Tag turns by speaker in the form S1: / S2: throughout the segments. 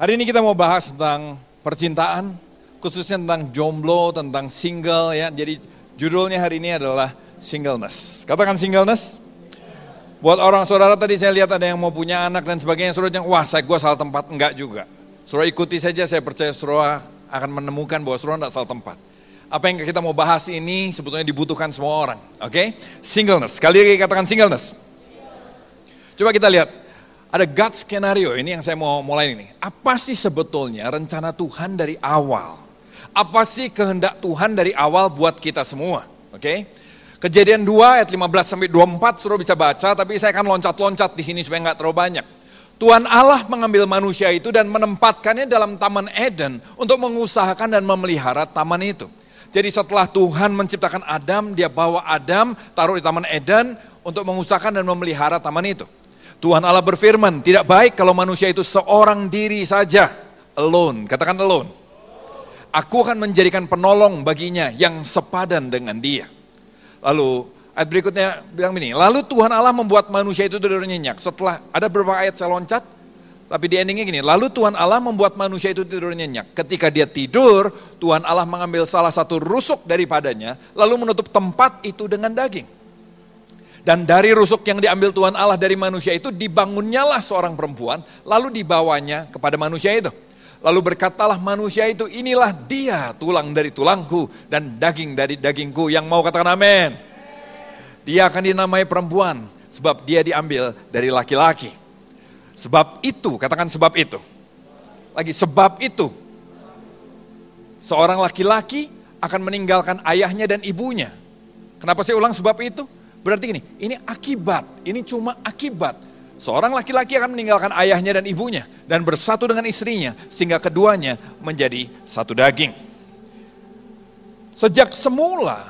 S1: Hari ini kita mau bahas tentang percintaan, khususnya tentang jomblo, tentang single ya. Jadi judulnya hari ini adalah singleness. Katakan singleness. Buat orang saudara tadi saya lihat ada yang mau punya anak dan sebagainya, saudara bilang, wah gue salah tempat. Enggak juga. Saudara ikuti saja, saya percaya saudara akan menemukan bahwa saudara tidak salah tempat. Apa yang kita mau bahas ini sebetulnya dibutuhkan semua orang. Oke? Singleness. Sekali lagi katakan singleness. Coba kita lihat. Ada God skenario, ini yang saya mau mulai ini. Apa sih sebetulnya rencana Tuhan dari awal? Apa sih kehendak Tuhan dari awal buat kita semua? Oke? Kejadian 2 ayat 15-24 suruh bisa baca, tapi saya akan loncat-loncat di sini supaya nggak terlalu banyak. Tuhan Allah mengambil manusia itu dan menempatkannya dalam Taman Eden untuk mengusahakan dan memelihara taman itu. Jadi setelah Tuhan menciptakan Adam, dia bawa Adam taruh di Taman Eden untuk mengusahakan dan memelihara taman itu. Tuhan Allah berfirman, tidak baik kalau manusia itu seorang diri saja, alone, katakan alone. Aku akan menjadikan penolong baginya yang sepadan dengan dia. Lalu ayat berikutnya bilang begini, lalu Tuhan Allah membuat manusia itu tidur nyenyak. Setelah ada beberapa ayat saya loncat, tapi di endingnya gini, lalu Tuhan Allah membuat manusia itu tidur nyenyak. Ketika dia tidur, Tuhan Allah mengambil salah satu rusuk daripadanya, lalu menutup tempat itu dengan daging. Dan dari rusuk yang diambil Tuhan Allah dari manusia itu dibangunnyalah seorang perempuan, lalu dibawanya kepada manusia itu. Lalu berkatalah manusia itu, inilah dia tulang dari tulangku dan daging dari dagingku, yang mau katakan amin. Dia akan dinamai perempuan sebab dia diambil dari laki-laki. Sebab itu, katakan sebab itu. Lagi sebab itu. Seorang laki-laki akan meninggalkan ayahnya dan ibunya. Kenapa saya ulang sebab itu? Berarti ini akibat, ini cuma akibat. Seorang laki-laki akan meninggalkan ayahnya dan ibunya dan bersatu dengan istrinya sehingga keduanya menjadi satu daging. Sejak semula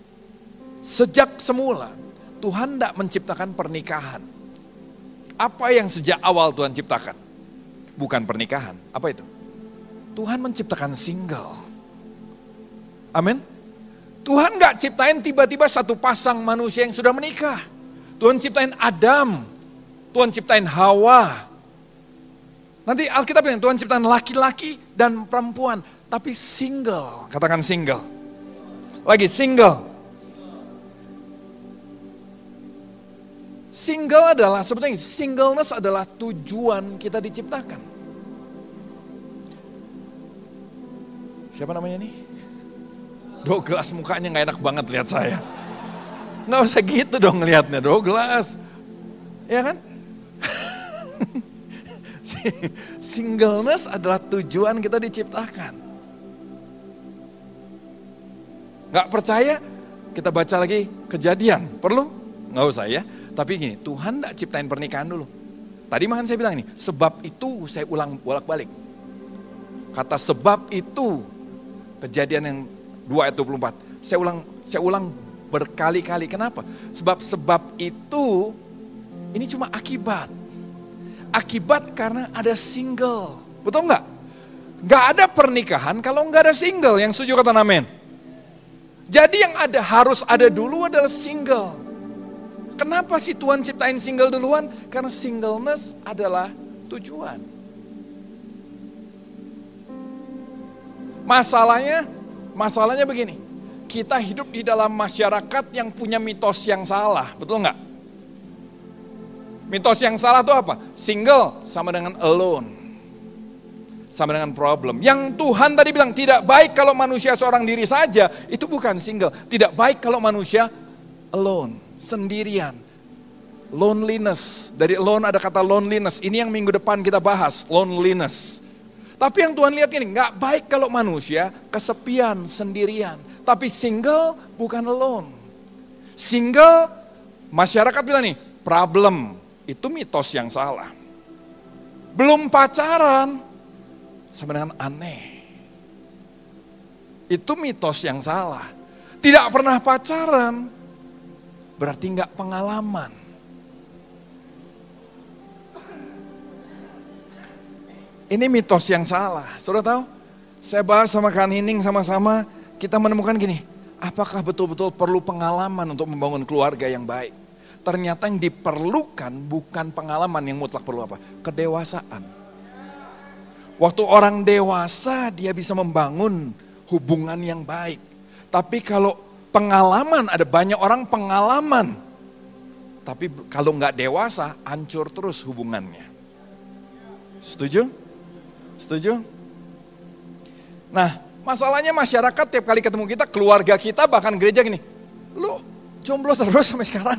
S1: Tuhan tidak menciptakan pernikahan. Apa yang sejak awal Tuhan ciptakan? Bukan pernikahan, apa itu? Tuhan menciptakan single. Amin. Tuhan gak ciptain tiba-tiba satu pasang manusia yang sudah menikah. Tuhan ciptain Adam. Tuhan ciptain Hawa. Nanti Alkitab bilang Tuhan ciptain laki-laki dan perempuan. Tapi single. Katakan single. Lagi single. Single adalah, sebetulnya singleness adalah tujuan kita diciptakan. Siapa namanya nih? Douglas mukanya gak enak banget lihat saya. Gak usah gitu dong ngelihatnya Douglas. Ya kan? Singleness adalah tujuan kita diciptakan. Gak percaya? Kita baca lagi Kejadian. Perlu? Gak usah ya. Tapi gini, Tuhan gak ciptain pernikahan dulu. Tadi makan saya bilang ini, sebab itu saya ulang bolak-balik. Kata sebab itu, Kejadian yang 2 ayat 24. Saya ulang berkali-kali. Kenapa? Sebab itu ini cuma akibat. Akibat karena ada single. Betul nggak? Nggak ada pernikahan kalau nggak ada single. Yang setuju kata amin. Jadi yang harus ada dulu adalah single. Kenapa sih Tuhan ciptain single duluan? Karena singleness adalah tujuan. Masalahnya begini, kita hidup di dalam masyarakat yang punya mitos yang salah, betul nggak? Mitos yang salah itu apa? Single sama dengan alone, sama dengan problem. Yang Tuhan tadi bilang tidak baik kalau manusia seorang diri saja, itu bukan single. Tidak baik kalau manusia alone, sendirian. Loneliness, dari alone ada kata loneliness, ini yang minggu depan kita bahas, loneliness. Tapi yang Tuhan lihat ini, gak baik kalau manusia kesepian, sendirian. Tapi single bukan alone. Single, masyarakat bilang nih, problem. Itu mitos yang salah. Belum pacaran, sama dengan aneh. Itu mitos yang salah. Tidak pernah pacaran, berarti gak pengalaman. Ini mitos yang salah. Saudara tahu? Saya bahas sama Kak Nining sama-sama, kita menemukan gini, apakah betul-betul perlu pengalaman untuk membangun keluarga yang baik? Ternyata yang diperlukan bukan pengalaman yang mutlak, perlu apa? Kedewasaan. Waktu orang dewasa dia bisa membangun hubungan yang baik. Tapi kalau pengalaman, ada banyak orang pengalaman. Tapi kalau nggak dewasa, hancur terus hubungannya. Setuju? Setuju? Nah, masalahnya masyarakat tiap kali ketemu kita, keluarga kita, bahkan gereja gini. Lu jomblo terus sampai sekarang.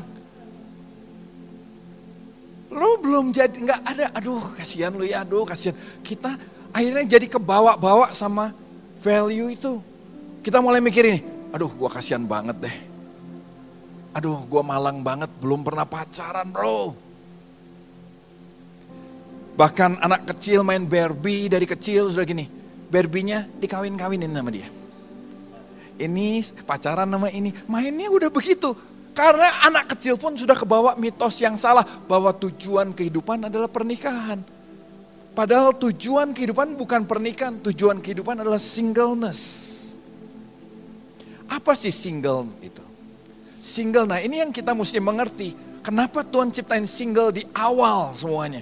S1: Lu belum jadi, nggak ada, aduh kasihan lu ya, aduh kasihan. Kita akhirnya jadi kebawa-bawa sama value itu. Kita mulai mikir ini, aduh gua kasihan banget deh. Aduh gua malang banget, belum pernah pacaran bro. Bahkan anak kecil main Barbie dari kecil sudah gini. Barbie-nya dikawin-kawinin sama dia. Ini pacaran sama ini, mainnya udah begitu. Karena anak kecil pun sudah kebawa mitos yang salah bahwa tujuan kehidupan adalah pernikahan. Padahal tujuan kehidupan bukan pernikahan, tujuan kehidupan adalah singleness. Apa sih single itu? Single, nah ini yang kita mesti mengerti. Kenapa Tuhan ciptain single di awal semuanya?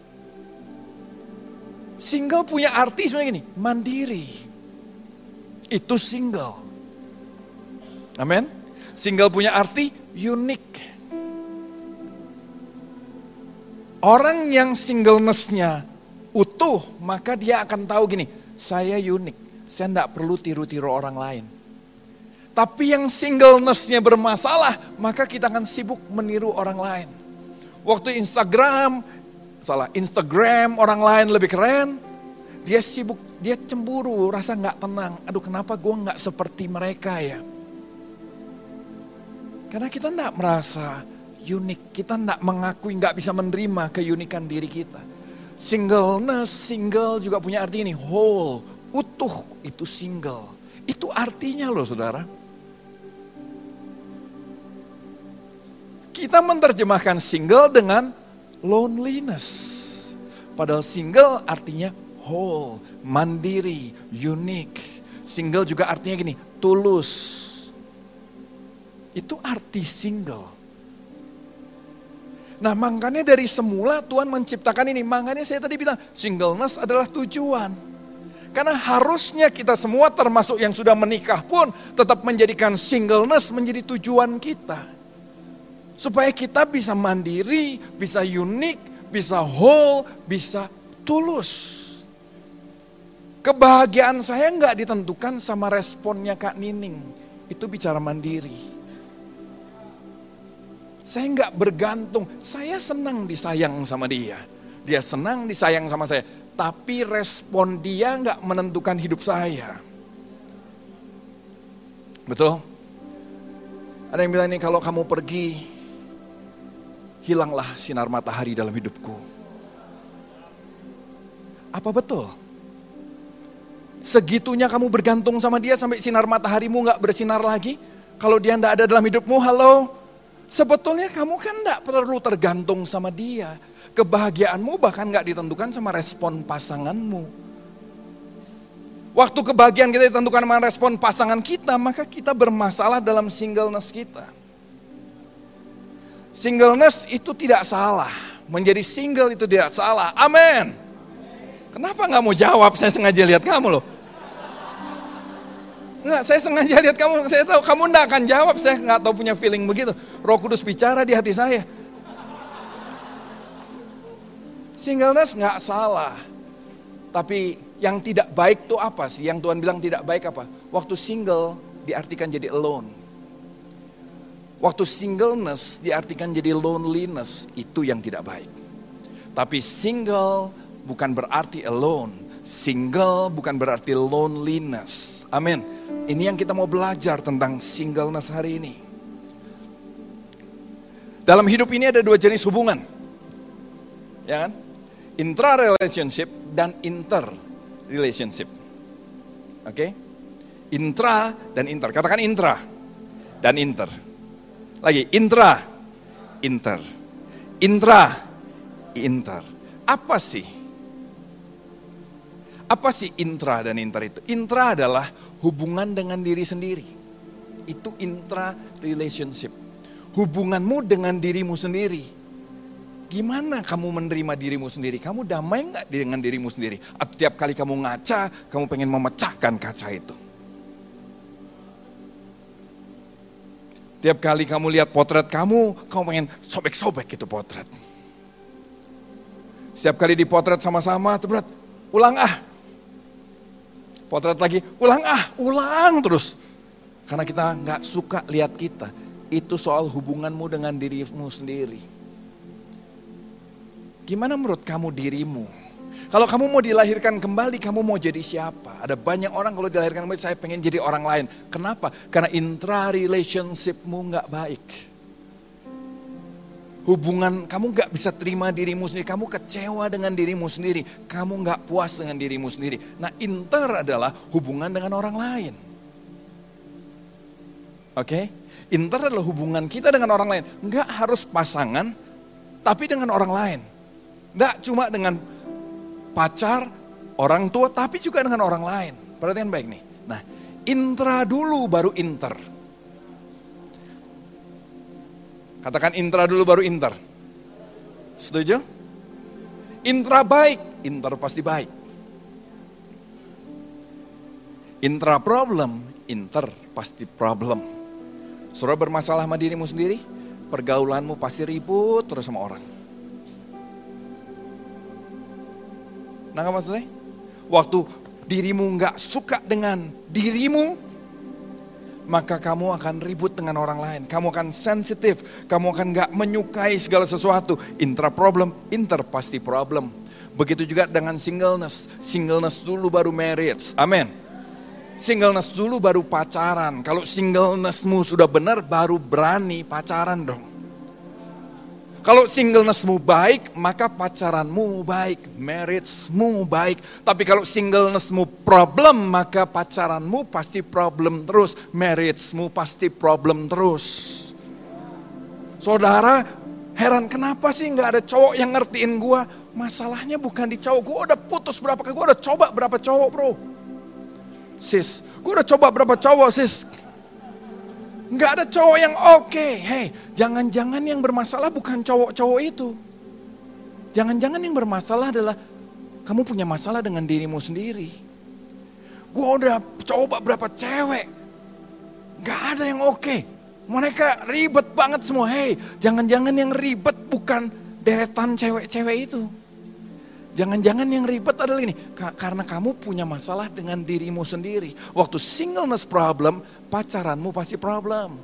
S1: Single punya arti sebenarnya gini, mandiri. Itu single. Amin. Single punya arti unik. Orang yang singleness-nya utuh, maka dia akan tahu gini, saya unik, saya enggak perlu tiru-tiru orang lain. Tapi yang singleness-nya bermasalah, maka kita akan sibuk meniru orang lain. Waktu Instagram orang lain lebih keren, dia sibuk, dia cemburu, rasa enggak tenang. Aduh kenapa gue enggak seperti mereka ya? Karena kita enggak merasa unik, kita enggak mengakui, enggak bisa menerima keunikan diri kita. Singleness, single juga punya arti ini, whole, utuh, itu single. Itu artinya loh saudara. Kita menerjemahkan single dengan loneliness. Padahal single artinya whole, mandiri, unik. Single juga artinya gini, tulus. Itu arti single. Nah makanya dari semula Tuhan menciptakan ini. Makanya saya tadi bilang singleness adalah tujuan. Karena harusnya kita semua termasuk yang sudah menikah pun tetap menjadikan singleness menjadi tujuan kita. Supaya kita bisa mandiri, bisa unik, bisa whole, bisa tulus. Kebahagiaan saya nggak ditentukan sama responnya Kak Nining. Itu bicara mandiri. Saya nggak bergantung, saya senang disayang sama dia. Dia senang disayang sama saya. Tapi respon dia nggak menentukan hidup saya. Betul? Ada yang bilang nih, kalau kamu pergi, hilanglah sinar matahari dalam hidupku. Apa betul? Segitunya kamu bergantung sama dia sampai sinar mataharimu nggak bersinar lagi? Kalau dia nggak ada dalam hidupmu, halo? Sebetulnya kamu kan gak perlu tergantung sama dia. Kebahagiaanmu bahkan gak ditentukan sama respon pasanganmu. Waktu kebahagiaan kita ditentukan sama respon pasangan kita, maka kita bermasalah dalam singleness kita. Singleness itu tidak salah. Menjadi single itu tidak salah. Amin. Kenapa gak mau jawab? Saya sengaja lihat kamu loh. Enggak, saya sengaja lihat kamu, saya tahu kamu enggak akan jawab, saya enggak tahu punya feeling begitu. Roh Kudus bicara di hati saya. Singleness enggak salah. Tapi yang tidak baik itu apa sih? Yang Tuhan bilang tidak baik apa? Waktu single diartikan jadi alone. Waktu singleness diartikan jadi loneliness, itu yang tidak baik. Tapi single bukan berarti alone. Single bukan berarti loneliness. Amin. Ini yang kita mau belajar tentang singleness hari ini. Dalam hidup ini ada dua jenis hubungan. Ya kan? Intra-relationship dan inter-relationship. Oke? Intra dan inter. Katakan intra dan inter. Lagi, intra, inter. Intra, inter. Apa sih intra dan inter itu? Intra adalah hubungan dengan diri sendiri. Itu intra relationship. Hubunganmu dengan dirimu sendiri. Gimana kamu menerima dirimu sendiri? Kamu damai nggak dengan dirimu sendiri? Atau tiap kali kamu ngaca, kamu pengen memecahkan kaca itu? Tiap kali kamu lihat potret kamu pengen sobek-sobek gitu potret. Setiap kali dipotret sama-sama, berat, ulang Potret lagi, ulang terus. Karena kita nggak suka lihat kita. Itu soal hubunganmu dengan dirimu sendiri. Gimana menurut kamu dirimu? Kalau kamu mau dilahirkan kembali, kamu mau jadi siapa? Ada banyak orang kalau dilahirkan kembali, saya pengen jadi orang lain. Kenapa? Karena intra-relationship-mu gak baik. Hubungan, kamu gak bisa terima dirimu sendiri. Kamu kecewa dengan dirimu sendiri. Kamu gak puas dengan dirimu sendiri. Nah, inter adalah hubungan dengan orang lain. Oke? Inter adalah hubungan kita dengan orang lain. Gak harus pasangan, tapi dengan orang lain. Gak cuma dengan pacar, orang tua, tapi juga dengan orang lain. Perhatian baik nih. Nah, intra dulu baru inter. Katakan intra dulu baru inter. Setuju? Intra baik, inter pasti baik. Intra problem, inter pasti problem. Saudara bermasalah sama dirimu sendiri, pergaulanmu pasti ribut terus sama orang. Nah, apa maksudnya? Waktu dirimu gak suka dengan dirimu, maka kamu akan ribut dengan orang lain. Kamu akan sensitif, kamu akan gak menyukai segala sesuatu. Intra problem, inter pasti problem. Begitu juga dengan singleness. Singleness dulu baru marriage, amin. Singleness dulu baru pacaran. Kalau singlenessmu sudah benar, baru berani pacaran dong. Kalau singlenessmu baik, maka pacaranmu baik, marriage-mu baik. Tapi kalau singlenessmu problem, maka pacaranmu pasti problem terus, marriage-mu pasti problem terus. Saudara, heran kenapa sih gak ada cowok yang ngertiin gua? Masalahnya bukan di cowok, gua udah putus berapa kali, gua udah coba berapa cowok bro. Sis, gua udah coba berapa cowok sis. Nggak ada cowok yang oke. Hei, jangan-jangan yang bermasalah bukan cowok-cowok itu. Jangan-jangan yang bermasalah adalah kamu punya masalah dengan dirimu sendiri. Gue udah coba berapa cewek. Nggak ada yang oke. Mereka ribet banget semua. Hei, jangan-jangan yang ribet bukan deretan cewek-cewek itu. Jangan-jangan yang ribet adalah ini, karena kamu punya masalah dengan dirimu sendiri. Waktu singleness problem, pacaranmu pasti problem.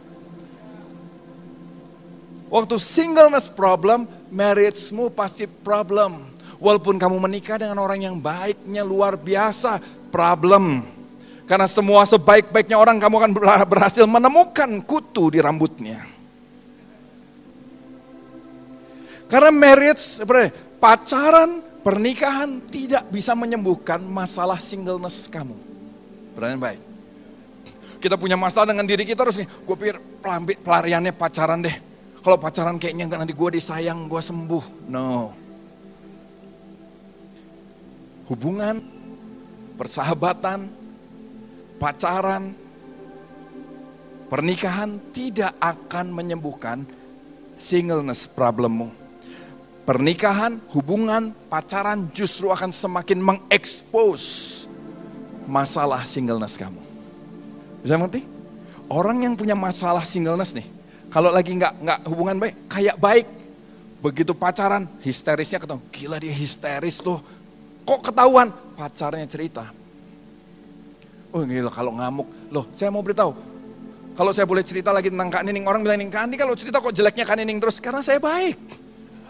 S1: Waktu singleness problem, marriage-mu pasti problem. Walaupun kamu menikah dengan orang yang baiknya luar biasa, problem. Karena semua sebaik-baiknya orang, kamu akan berhasil menemukan kutu di rambutnya. Karena marriage, pacaran, pernikahan tidak bisa menyembuhkan masalah singleness kamu. Perhatian baik. Kita punya masalah dengan diri kita terus nih. Gue pikir pelariannya pacaran deh. Kalau pacaran kayaknya nanti gue disayang, gue sembuh. No. Hubungan, persahabatan, pacaran, pernikahan tidak akan menyembuhkan singleness problemmu. Pernikahan, hubungan, pacaran justru akan semakin mengekspos masalah singleness kamu. Bisa mengerti? Orang yang punya masalah singleness nih, kalau lagi nggak hubungan baik, kayak baik. Begitu pacaran, histerisnya ketemu. Gila dia histeris tuh. Kok ketahuan? Pacarnya cerita. Oh gila kalau ngamuk. Loh saya mau beritahu. Kalau saya boleh cerita lagi tentang Kak Nining, orang bilang, Kak Andi kalau cerita kok jeleknya Kak Nining terus, karena saya baik.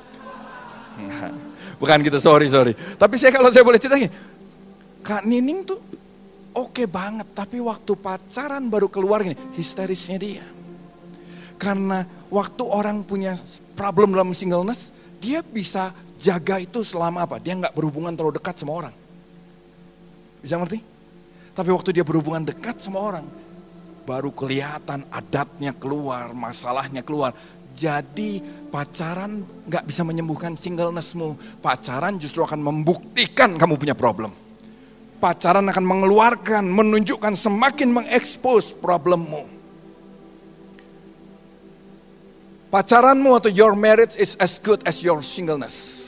S1: Bukan gitu, sorry. Tapi kalau saya boleh cerita gini, Kak Nining tuh oke banget, tapi waktu pacaran baru keluar gini, histerisnya dia. Karena waktu orang punya problem dalam singleness, dia bisa jaga itu selama apa? Dia nggak berhubungan terlalu dekat sama orang. Bisa ngerti? Tapi waktu dia berhubungan dekat sama orang, baru kelihatan adatnya keluar, masalahnya keluar. Jadi pacaran gak bisa menyembuhkan singlenessmu. Pacaran justru akan membuktikan kamu punya problem. Pacaran akan mengeluarkan, menunjukkan, semakin mengekspos problemmu. Pacaranmu atau your marriage is as good as your singleness.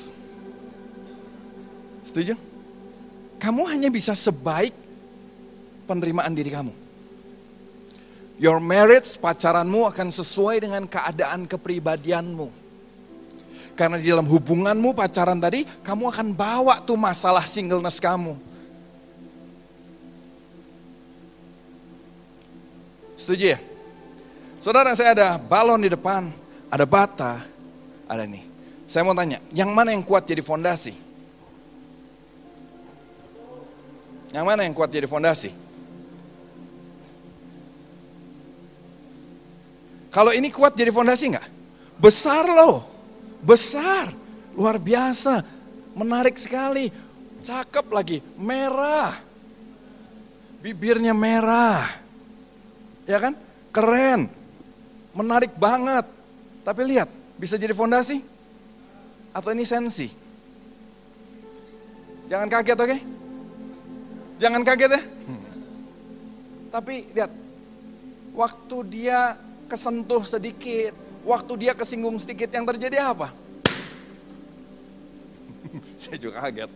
S1: Setuju? Kamu hanya bisa sebaik penerimaan diri kamu. Your marriage, pacaranmu akan sesuai dengan keadaan kepribadianmu. Karena di dalam hubunganmu pacaran tadi, kamu akan bawa tuh masalah singleness kamu. Setuju ya? Saudara, saya ada balon di depan, ada bata, ada nih. Saya mau tanya, yang mana yang kuat jadi fondasi? Yang mana yang kuat jadi fondasi? Kalau ini kuat jadi fondasi enggak? Besar loh, besar, luar biasa, menarik sekali, cakep lagi, merah, bibirnya merah, ya kan? Keren, menarik banget. Tapi lihat, bisa jadi fondasi? Atau ini sensi? Jangan kaget, oke? Jangan kaget ya. Tapi lihat, waktu dia kesentuh sedikit, waktu dia kesinggung sedikit, yang terjadi apa? Saya juga kaget.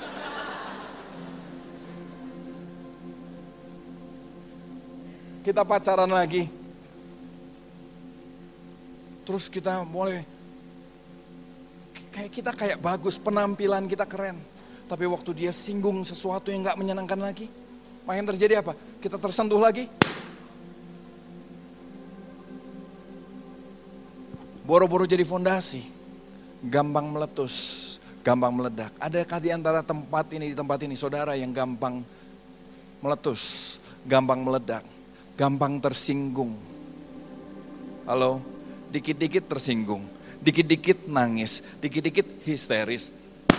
S1: Kita pacaran lagi. Terus kita mulai, kita kayak bagus, penampilan kita keren. Tapi waktu dia singgung sesuatu yang gak menyenangkan lagi, maka yang terjadi apa? Kita tersentuh lagi. Boro-boro jadi fondasi, gampang meletus, gampang meledak. Adakah di antara tempat ini, saudara yang gampang meletus, gampang meledak, gampang tersinggung? Halo, dikit-dikit tersinggung, dikit-dikit nangis, dikit-dikit histeris.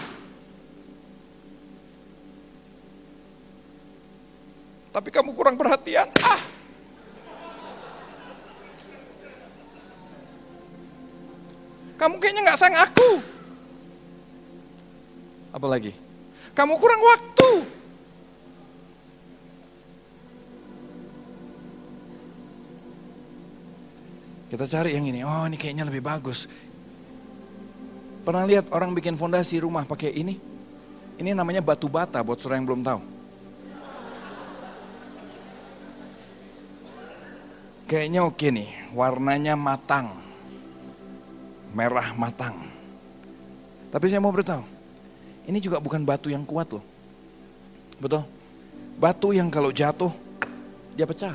S1: Tapi kamu kurang perhatian, kamu kayaknya gak sayang aku. Apalagi, kamu kurang waktu. Kita cari yang ini, oh ini kayaknya lebih bagus. Pernah lihat orang bikin fondasi rumah pakai ini? Ini namanya batu bata buat saudara yang belum tahu. Kayaknya oke nih, warnanya matang. Merah matang. Tapi saya mau beritahu, ini juga bukan batu yang kuat loh. Betul? Batu yang kalau jatuh, dia pecah.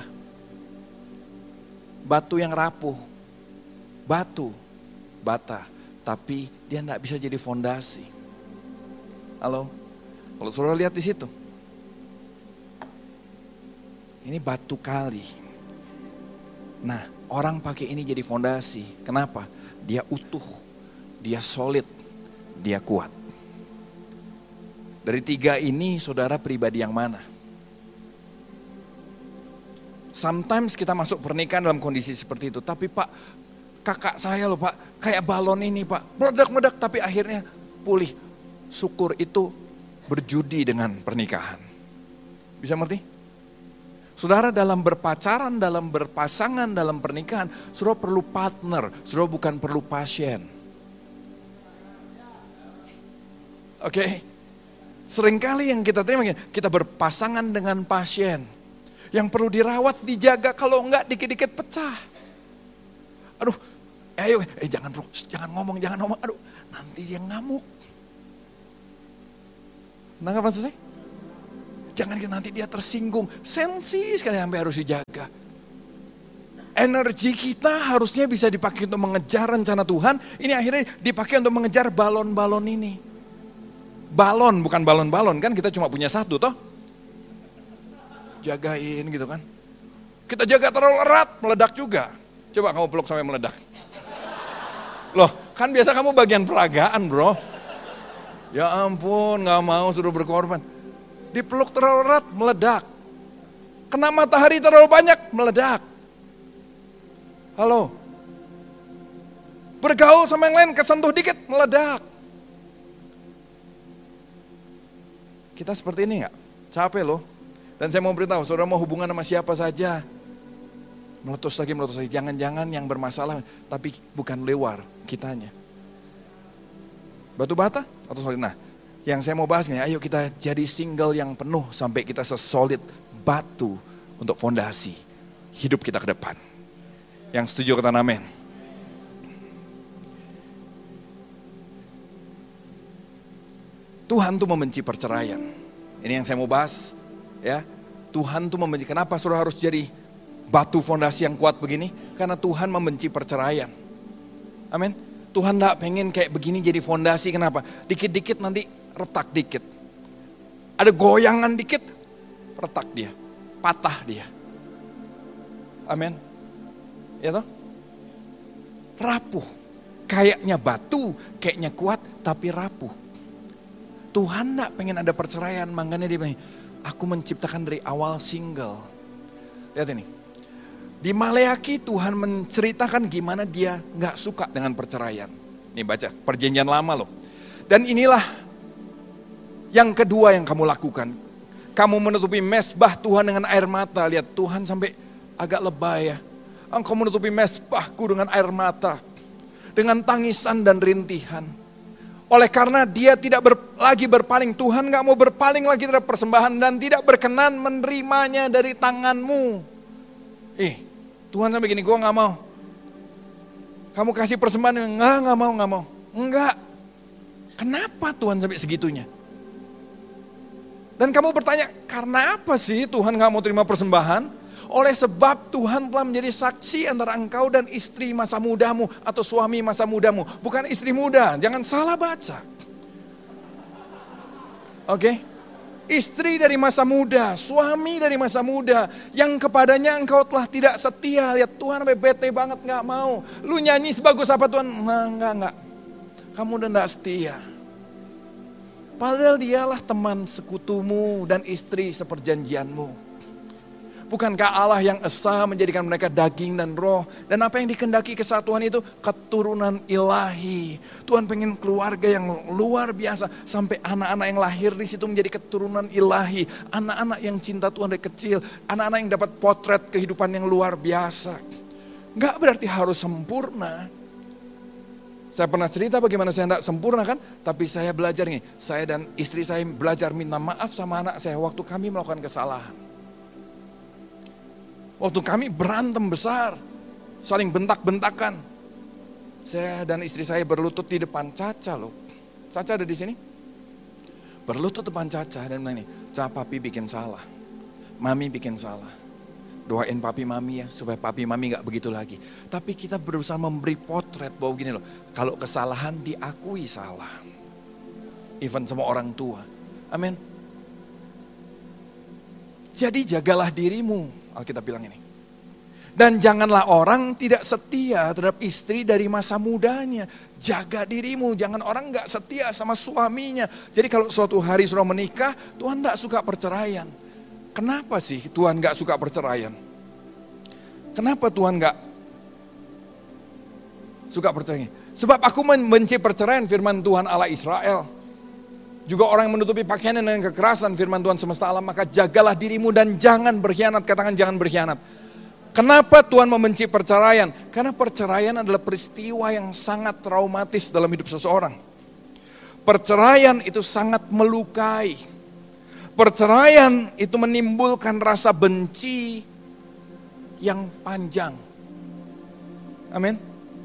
S1: Batu yang rapuh, batu, bata. Tapi dia tidak bisa jadi fondasi. Halo? Kalau saudara lihat di situ. Ini batu kali. Nah, orang pakai ini jadi fondasi. Kenapa? Dia utuh, dia solid, dia kuat. Dari tiga ini, saudara pribadi yang mana? Sometimes kita masuk pernikahan dalam kondisi seperti itu. Tapi Pak, kakak saya loh Pak, kayak balon ini Pak. Meledak-meledak tapi akhirnya pulih. Syukur itu berjudi dengan pernikahan. Bisa ngerti? Saudara dalam berpacaran, dalam berpasangan, dalam pernikahan, saudara perlu partner, saudara bukan perlu pasien. Oke? Seringkali yang kita terima, kita berpasangan dengan pasien. Yang perlu dirawat, dijaga, kalau enggak dikit-dikit pecah. Aduh, ayo, jangan bro, jangan ngomong, aduh, nanti dia ngamuk. Nangkap maksud saya? Jangan nanti dia tersinggung, sensi sekali sampai harus dijaga. Energi kita harusnya bisa dipakai untuk mengejar rencana Tuhan, ini akhirnya dipakai untuk mengejar balon-balon ini. Balon, bukan balon-balon kan, kita cuma punya satu toh. Jagain gitu kan. Kita jaga terlalu erat, meledak juga. Coba kamu peluk sampai meledak. Loh, kan biasa kamu bagian peragaan bro. Ya ampun, gak mau suruh berkorban. Dipeluk terlalu erat, meledak. Kena matahari terlalu banyak, meledak. Halo. Bergaul sama yang lain, kesentuh dikit, meledak. Kita seperti ini gak? Capek loh. Dan saya mau beritahu, saudara mau hubungan sama siapa saja. Meletus lagi. Jangan-jangan yang bermasalah, tapi bukan luar kitanya. Batu bata atau solid? Nah, yang saya mau bahas nih, ayo kita jadi single yang penuh sampai kita sesolid batu untuk fondasi hidup kita ke depan. Yang setuju kata amin. Tuhan tuh membenci perceraian. Ini yang saya mau bahas, ya. Tuhan tuh membenci. Kenapa saudara harus jadi batu fondasi yang kuat begini? Karena Tuhan membenci perceraian. Amin. Tuhan gak pengen kayak begini jadi fondasi, kenapa? Dikit-dikit nanti retak dikit. Ada goyangan dikit, retak dia, patah dia. Amin. Ya toh? Rapuh. Kayaknya batu, kayaknya kuat, tapi rapuh. Tuhan gak pengen ada perceraian, makanya dia bilang, aku menciptakan dari awal single. Lihat ini. Di Maleaki Tuhan menceritakan gimana dia gak suka dengan perceraian. Nih baca, perjanjian lama loh. Dan inilah yang kedua yang kamu lakukan. Kamu menutupi mezbah Tuhan dengan air mata. Lihat Tuhan sampai agak lebay ya. Engkau menutupi mezbahku dengan air mata. Dengan tangisan dan rintihan. Oleh karena dia tidak lagi berpaling. Tuhan gak mau berpaling lagi terhadap persembahan. Dan tidak berkenan menerimanya dari tanganmu. Tuhan sampai gini, gue gak mau. Kamu kasih persembahan, gak mau. Enggak. Kenapa Tuhan sampai segitunya? Dan kamu bertanya, karena apa sih Tuhan gak mau terima persembahan? Oleh sebab Tuhan telah menjadi saksi antara engkau dan istri masa mudamu atau suami masa mudamu. Bukan istri muda, jangan salah baca. Oke? Istri dari masa muda, suami dari masa muda, yang kepadanya engkau telah tidak setia. Lihat Tuhan sampai bete banget gak mau. Lu nyanyi sebagus apa Tuhan? Nah, enggak. Kamu udah gak setia. Padahal dialah teman sekutumu dan istri seperjanjianmu. Bukankah Allah yang esa menjadikan mereka daging dan roh? Dan apa yang dikehendaki kesatuan itu? Keturunan ilahi. Tuhan pengen keluarga yang luar biasa. Sampai anak-anak yang lahir di situ menjadi keturunan ilahi. Anak-anak yang cinta Tuhan dari kecil. Anak-anak yang dapat potret kehidupan yang luar biasa. Gak berarti harus sempurna. Saya pernah cerita bagaimana saya tidak sempurna kan. Tapi saya belajar nih. Saya dan istri saya belajar minta maaf sama anak saya waktu kami melakukan kesalahan. Waktu kami berantem besar, saling bentak-bentakan. Saya dan istri saya berlutut di depan Caca loh. Caca ada di sini? Berlutut depan Caca dan bilang nih, Caca papi bikin salah. Mami bikin salah. Doain papi mami ya, supaya papi mami gak begitu lagi. Tapi kita berusaha memberi potret bahwa gini loh, kalau kesalahan diakui salah. Even sama orang tua. Amin. Jadi jagalah dirimu. Alkitab bilang ini. Dan janganlah orang tidak setia terhadap istri dari masa mudanya. Jaga dirimu, jangan orang gak setia sama suaminya. Jadi kalau suatu hari sudah menikah, Tuhan gak suka perceraian. Kenapa sih Tuhan gak suka perceraian? Kenapa Tuhan gak suka perceraian? Sebab aku membenci perceraian, firman Tuhan Allah Israel. Juga orang yang menutupi pakaiannya dengan kekerasan, firman Tuhan semesta alam, maka jagalah dirimu dan jangan berkhianat. Katakan jangan berkhianat. Kenapa Tuhan membenci perceraian? Karena perceraian adalah peristiwa yang sangat traumatis dalam hidup seseorang. Perceraian itu sangat melukai. Perceraian itu menimbulkan rasa benci yang panjang. Amin.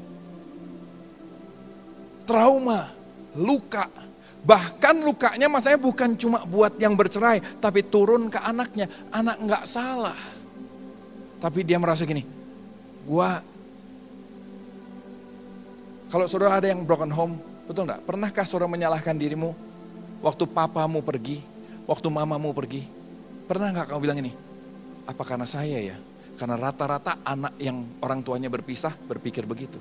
S1: Trauma, luka. Bahkan lukanya maksudnya bukan cuma buat yang bercerai, tapi turun ke anaknya. Anak gak salah. Tapi dia merasa gini, kalau saudara ada yang broken home, betul gak? Pernahkah saudara menyalahkan dirimu waktu papamu pergi, waktu mamamu pergi? Pernah gak kamu bilang ini, apa karena saya ya? Karena rata-rata anak yang orang tuanya berpisah berpikir begitu.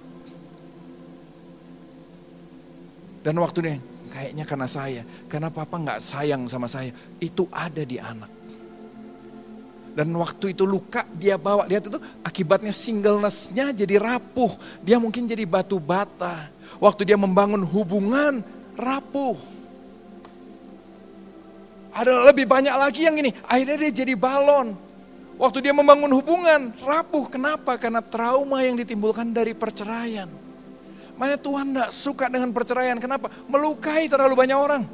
S1: Dan waktunya, kayaknya karena saya, karena papa gak sayang sama saya, itu ada di anak. Dan waktu itu luka dia bawa, lihat itu akibatnya singleness-nya jadi rapuh. Dia mungkin jadi batu bata. Waktu dia membangun hubungan, rapuh. Ada lebih banyak lagi yang ini, akhirnya dia jadi balon. Waktu dia membangun hubungan, rapuh. Kenapa? Karena trauma yang ditimbulkan dari perceraian. Makanya Tuhan tidak suka dengan perceraian. Kenapa? Melukai terlalu banyak orang.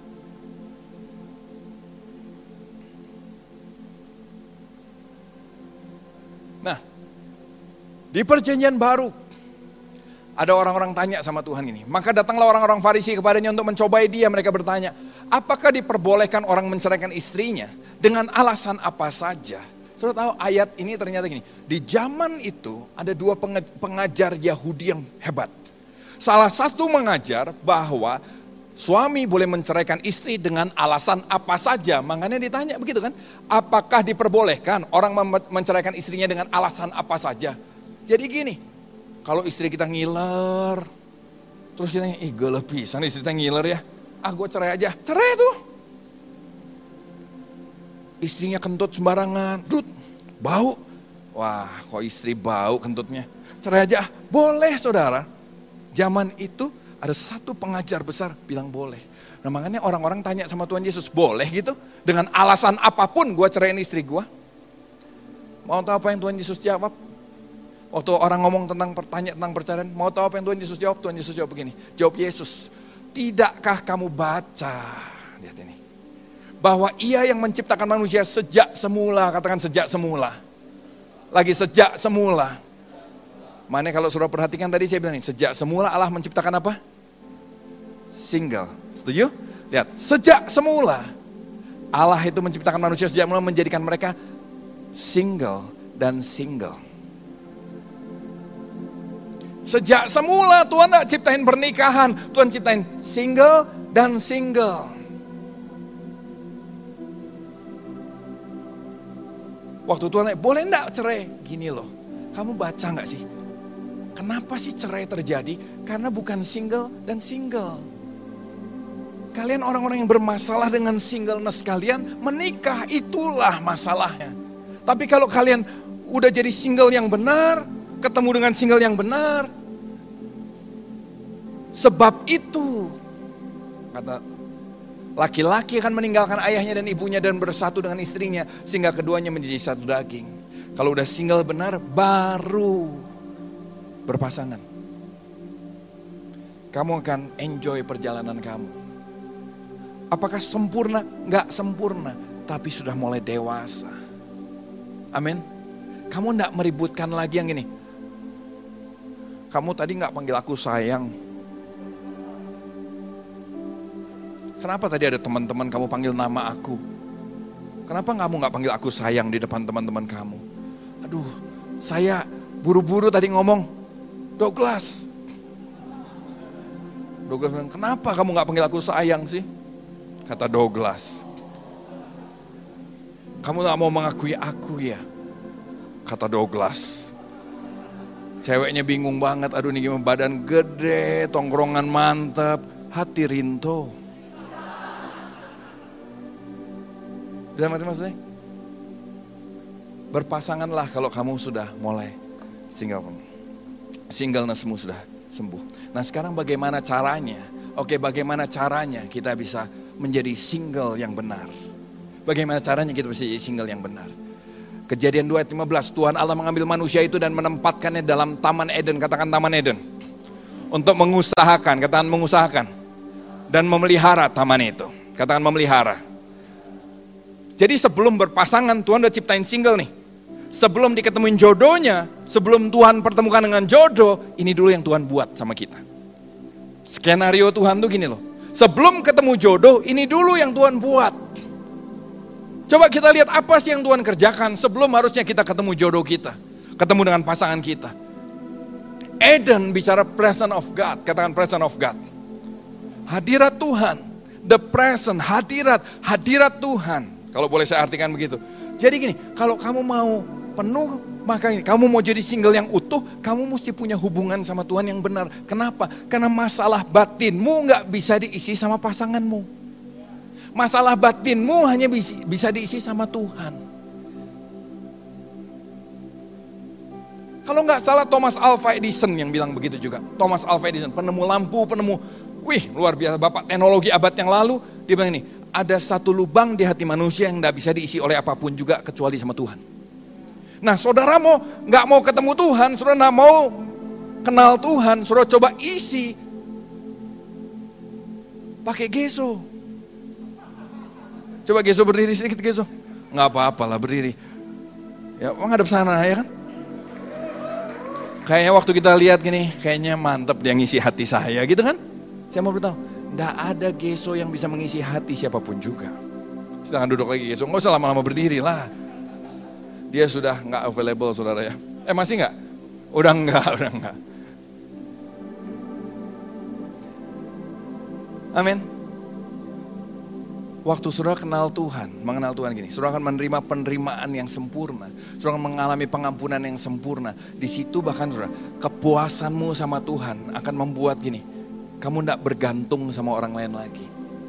S1: Nah, di perjanjian baru, ada orang-orang tanya sama Tuhan ini. Maka datanglah orang-orang Farisi kepadanya untuk mencobai dia. Mereka bertanya, apakah diperbolehkan orang menceraikan istrinya dengan alasan apa saja? Saudara tahu ayat ini ternyata gini. Di zaman itu ada dua pengajar Yahudi yang hebat. Salah satu mengajar bahwa suami boleh menceraikan istri dengan alasan apa saja. Makanya ditanya begitu kan. Apakah diperbolehkan orang menceraikan istrinya dengan alasan apa saja? Jadi gini. Kalau istri kita ngiler, terus kita gelap pisan istri kita ngiler ya. Gue cerai aja. Cerai tuh. Istrinya kentut sembarangan. Bau. Wah, kok istri bau kentutnya. Cerai aja. Boleh saudara. Zaman itu ada satu pengajar besar bilang boleh. Nah makanya orang-orang tanya sama Tuhan Yesus, boleh gitu? Dengan alasan apapun gue ceraiin istri gue. Mau tahu apa yang Tuhan Yesus jawab? Waktu orang ngomong tentang perceraian, mau tahu apa yang Tuhan Yesus jawab? Tuhan Yesus jawab begini, jawab Yesus, tidakkah kamu baca, lihat ini, bahwa ia yang menciptakan manusia sejak semula, katakan sejak semula, lagi sejak semula. Makanya kalau saudara perhatikan tadi saya bilang ini, sejak semula Allah menciptakan apa? Single, setuju? Lihat, sejak semula Allah itu menciptakan manusia sejak semula menjadikan mereka single dan single. Sejak semula Tuhan tak ciptain pernikahan, Tuhan ciptain single dan single. Waktu Tuhan boleh enggak cerai? Gini loh, kamu baca enggak sih? Kenapa sih cerai terjadi? Karena bukan single dan single. Kalian orang-orang yang bermasalah dengan singleness kalian, menikah itulah masalahnya. Tapi kalau kalian udah jadi single yang benar, ketemu dengan single yang benar, sebab itu kata laki-laki akan meninggalkan ayahnya dan ibunya dan bersatu dengan istrinya sehingga keduanya menjadi satu daging. Kalau udah single benar baru berpasangan, kamu akan enjoy perjalanan kamu. Apakah sempurna? Enggak sempurna, tapi sudah mulai dewasa. Amin. Kamu enggak meributkan lagi yang ini. Kamu tadi enggak panggil aku sayang. Kenapa tadi ada teman-teman kamu panggil nama aku? Kenapa kamu enggak panggil aku sayang di depan teman-teman kamu? Aduh, saya buru-buru tadi ngomong, Douglas bilang, kenapa kamu gak panggil aku sayang sih? Kata Douglas, kamu gak mau mengakui aku ya? Kata Douglas. Ceweknya bingung banget, aduh ini gimana, badan gede, tongkrongan mantap, hati rinto. Bisa mati maksudnya? Berpasanganlah kalau kamu sudah mulai singlenessmu sudah sembuh. Nah sekarang bagaimana caranya? Oke, bagaimana caranya kita bisa menjadi single yang benar? Bagaimana caranya kita bisa jadi single yang benar? Kejadian 2 ayat 15, Tuhan Allah mengambil manusia itu dan menempatkannya dalam Taman Eden, katakan Taman Eden. Untuk mengusahakan, katakan mengusahakan. Dan memelihara taman itu, katakan memelihara. Jadi sebelum berpasangan Tuhan udah ciptain single nih. Sebelum diketemuin jodohnya, sebelum Tuhan pertemukan dengan jodoh, ini dulu yang Tuhan buat sama kita. Skenario Tuhan tuh gini loh. Sebelum ketemu jodoh, ini dulu yang Tuhan buat. Coba kita lihat apa sih yang Tuhan kerjakan sebelum harusnya kita ketemu jodoh kita. Ketemu dengan pasangan kita. Eden bicara presence of God, katakan presence of God. Hadirat Tuhan, the present, hadirat Tuhan. Kalau boleh saya artikan begitu. Jadi gini, kalau kamu mau penuh, maka kamu mau jadi single yang utuh, kamu mesti punya hubungan sama Tuhan yang benar. Kenapa? Karena masalah batinmu gak bisa diisi sama pasanganmu. Masalah batinmu hanya bisa diisi sama Tuhan. Kalau gak salah Thomas Alva Edison yang bilang begitu juga. Thomas Alva Edison, penemu lampu, luar biasa bapak teknologi abad yang lalu. Dia bilang ini, ada satu lubang di hati manusia yang gak bisa diisi oleh apapun juga kecuali sama Tuhan. Nah, saudara nggak mau ketemu Tuhan, saudara nggak mau kenal Tuhan, saudara coba isi pakai geso. Coba geso berdiri sedikit geso. Nggak apa-apa lah berdiri. Ya menghadap sana ya kan. Kayaknya waktu kita lihat gini, kayaknya mantep dia ngisi hati saya gitu kan. Saya mau beritahu, nggak ada geso yang bisa mengisi hati siapapun juga. Sedangkan duduk lagi geso, nggak usah lama-lama berdiri lah. Dia sudah nggak available saudara ya. Masih nggak? Udah nggak. Amin. Waktu saudara mengenal Tuhan gini, saudara akan menerima penerimaan yang sempurna. Saudara akan mengalami pengampunan yang sempurna. Di situ bahkan saudara, kepuasanmu sama Tuhan akan membuat gini, kamu tidak bergantung sama orang lain lagi.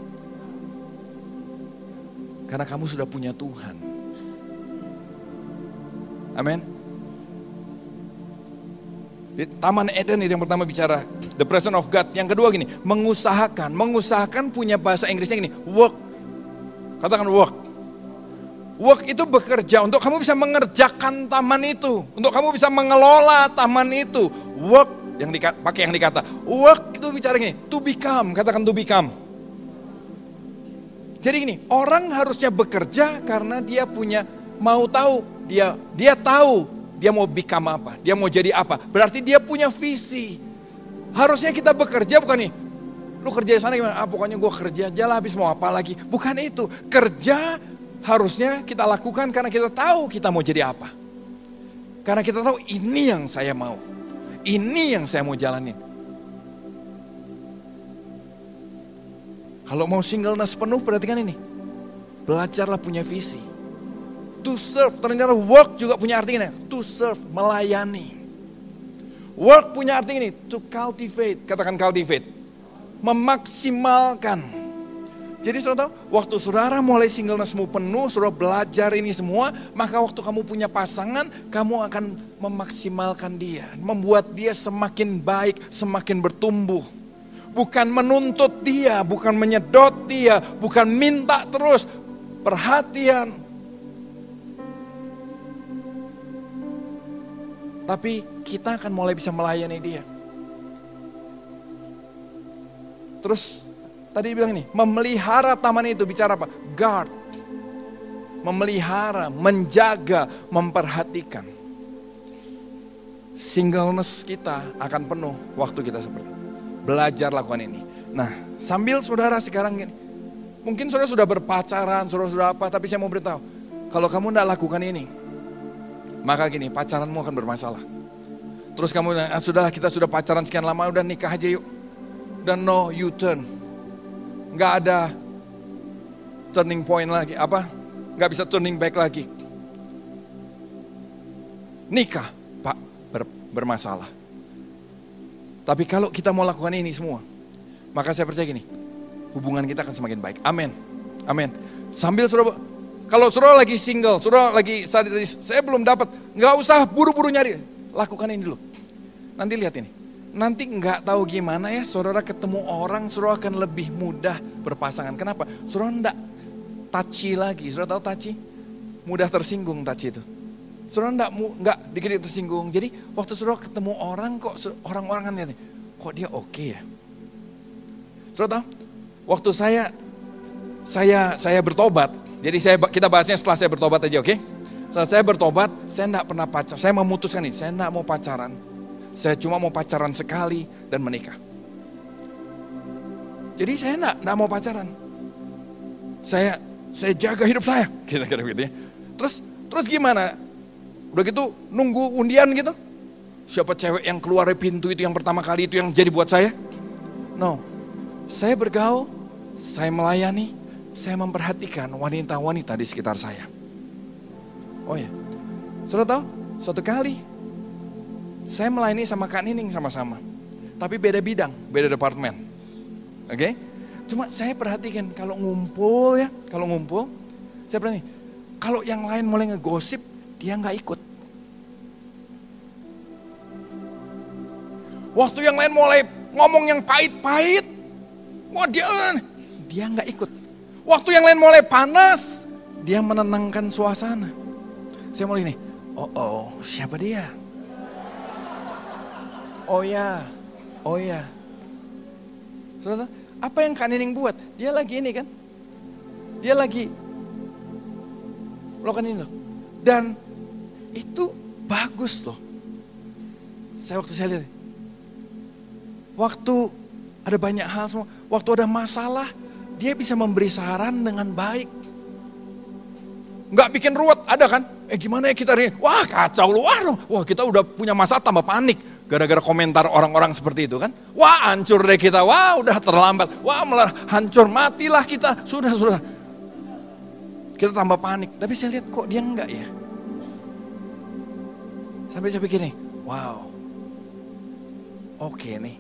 S1: Karena kamu sudah punya Tuhan. Amin. Di Taman Eden itu yang pertama bicara, the presence of God. Yang kedua gini, mengusahakan. Mengusahakan punya bahasa Inggrisnya gini, work. Katakan work. Work itu bekerja untuk kamu bisa mengerjakan taman itu. Untuk kamu bisa mengelola taman itu. Work, pakai yang dikata. Work itu bicara gini, to become. Katakan to become. Jadi gini, orang harusnya bekerja karena dia mau tahu. Dia tahu dia mau become apa. Dia mau jadi apa. Berarti dia punya visi. Harusnya kita bekerja bukan nih. Lu kerja sana gimana? Pokoknya gue kerja aja lah, habis mau apa lagi. Bukan itu. Kerja harusnya kita lakukan karena kita tahu kita mau jadi apa. Karena kita tahu ini yang saya mau. Ini yang saya mau jalanin. Kalau mau singleness penuh, perhatikan ini. Belajarlah punya visi. To serve, ternyata work juga punya arti ini. To serve, melayani. Work punya arti ini, to cultivate. Katakan cultivate. Memaksimalkan. Jadi saudara tahu, waktu saudara mulai singlenessmu penuh, saudara belajar ini semua, maka waktu kamu punya pasangan, kamu akan memaksimalkan dia. Membuat dia semakin baik, semakin bertumbuh. Bukan menuntut dia, bukan menyedot dia, bukan minta terus. Perhatian. Tapi kita akan mulai bisa melayani dia. Terus tadi bilang ini, memelihara taman itu bicara apa? Guard. Memelihara, menjaga, memperhatikan. Singleness kita akan penuh waktu kita seperti itu. Belajar lakukan ini. Nah, sambil saudara sekarang gini, mungkin saudara sudah berpacaran, saudara sudah apa, tapi saya mau beritahu, kalau kamu tidak lakukan ini, maka gini, pacaranmu akan bermasalah. Terus kamu, sudahlah kita sudah pacaran sekian lama, udah nikah aja yuk. Dan no U-turn. Nggak ada turning point lagi. Nggak bisa turning back lagi. Nikah, Pak, bermasalah. Tapi kalau kita mau lakukan ini semua, maka saya percaya gini, hubungan kita akan semakin baik. Amin. Amin. Sambil kalau saudara lagi single, saudara lagi saya belum dapat, nggak usah buru-buru nyari. Lakukan ini dulu. Nanti lihat ini. Nanti nggak tahu gimana ya, saudara ketemu orang, saudara akan lebih mudah berpasangan. Kenapa? Saudara enggak touchy lagi. Saudara tahu touchy? Mudah tersinggung touchy itu. Saudara enggak dikit-dikit tersinggung. Jadi waktu saudara ketemu orang kok orang-orang kan lihat, kok dia oke ya? Saudara tahu? Waktu saya bertobat. Jadi kita bahasnya setelah saya bertobat aja, oke? Setelah saya bertobat, saya enggak pernah pacaran. Saya memutuskan ini, saya enggak mau pacaran. Saya cuma mau pacaran sekali dan menikah. Jadi saya enggak mau pacaran. Saya jaga hidup saya. Kira-kira gitu ya. Terus gimana? Udah gitu nunggu undian gitu. Siapa cewek yang keluar dari pintu itu yang pertama kali itu yang jadi buat saya? No. Saya bergaul, saya melayani, saya memperhatikan wanita-wanita di sekitar saya. Oh ya. Saudara tahu? Suatu kali saya melayani sama Kak Nining sama-sama. Tapi beda bidang, beda departemen. Oke? Cuma saya perhatikan kalau ngumpul, saya perhatikan. Kalau yang lain mulai ngegosip, dia nggak ikut. Waktu yang lain mulai ngomong yang pahit-pahit, wah dia nggak ikut. Waktu yang lain mulai panas, dia menenangkan suasana. Saya mulai nih, Siapa dia? Oh ya. Saudara, apa yang Kak Nining buat? Dia lagi ini kan? Dia lagi melakukan ini loh. Dan itu bagus loh. Waktu saya lihat, waktu ada banyak hal semua, waktu ada masalah, dia bisa memberi saran dengan baik. Nggak bikin ruwet, ada kan? Gimana ya kita ini? Wah kacau lu, wah kita udah punya masalah tambah panik. Gara-gara komentar orang-orang seperti itu kan. Wah hancur deh kita, wah udah terlambat. Wah malah hancur, matilah kita. Sudah. Kita tambah panik. Tapi saya lihat kok dia enggak ya. Sampai saya pikir nih, wow. Oke nih.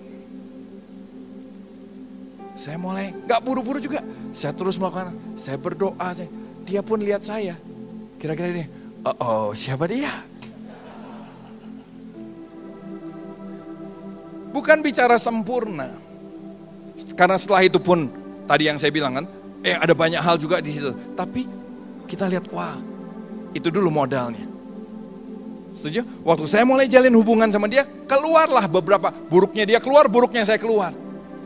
S1: Saya mulai gak buru-buru juga. Saya terus melakukan, saya berdoa. Dia pun lihat saya. Kira-kira ini, siapa dia? Bukan bicara sempurna. Karena setelah itu pun, tadi yang saya bilang kan, ada banyak hal juga di situ. Tapi kita lihat, wah, itu dulu modalnya. Setuju? Waktu saya mulai jalin hubungan sama dia, keluarlah beberapa, buruknya dia keluar, buruknya saya keluar.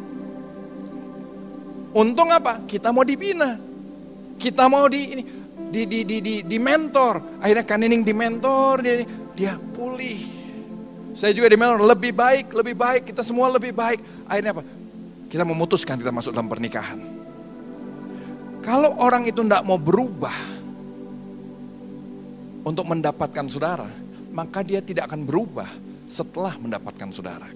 S1: Untung apa? Kita mau dibina. Kita mau di mentor. Akhirnya Kak Nining di mentor, dia pulih. Saya juga di mentor, lebih baik, kita semua lebih baik. Akhirnya apa? Kita memutuskan kita masuk dalam pernikahan. Kalau orang itu tidak mau berubah untuk mendapatkan saudara, maka dia tidak akan berubah setelah mendapatkan saudara.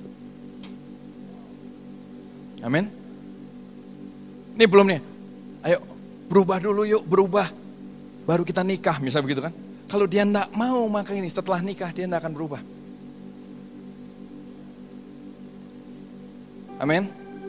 S1: Amin. Ini belum nih. Ayo berubah dulu yuk, berubah. Baru kita nikah, misalnya begitu kan. Kalau dia tidak mau, maka ini setelah nikah dia tidak akan berubah. Amin.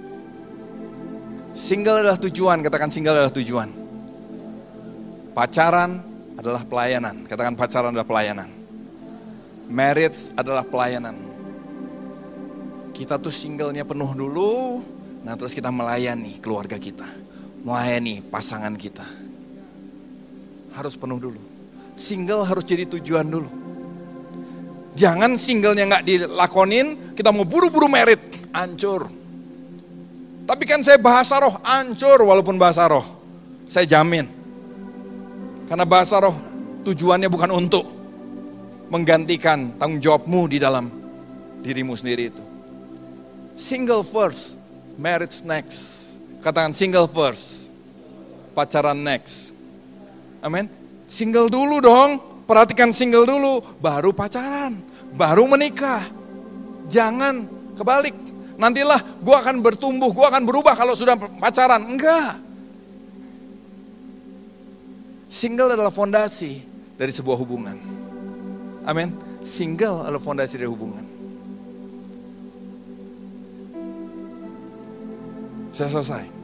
S1: Single adalah tujuan, katakan single adalah tujuan. Pacaran adalah pelayanan, katakan pacaran adalah pelayanan. Marriage adalah pelayanan. Kita tuh singlenya penuh dulu, nah terus kita melayani keluarga kita. Melayani pasangan kita. Harus penuh dulu. Single harus jadi tujuan dulu. Jangan singlenya gak dilakonin, kita mau buru-buru married, hancur. Tapi kan saya bahasa roh, hancur walaupun bahasa roh. Saya jamin. Karena bahasa roh tujuannya bukan untuk menggantikan tanggung jawabmu di dalam dirimu sendiri itu. Single first, marriage next. Katakan single first, pacaran next. Amin. Single dulu dong, perhatikan single dulu, baru pacaran, baru menikah. Jangan kebalik. Nantilah gue akan bertumbuh, gue akan berubah kalau sudah pacaran. Enggak. Single adalah fondasi dari sebuah hubungan. Amin. Single adalah fondasi dari hubungan. Saya selesai.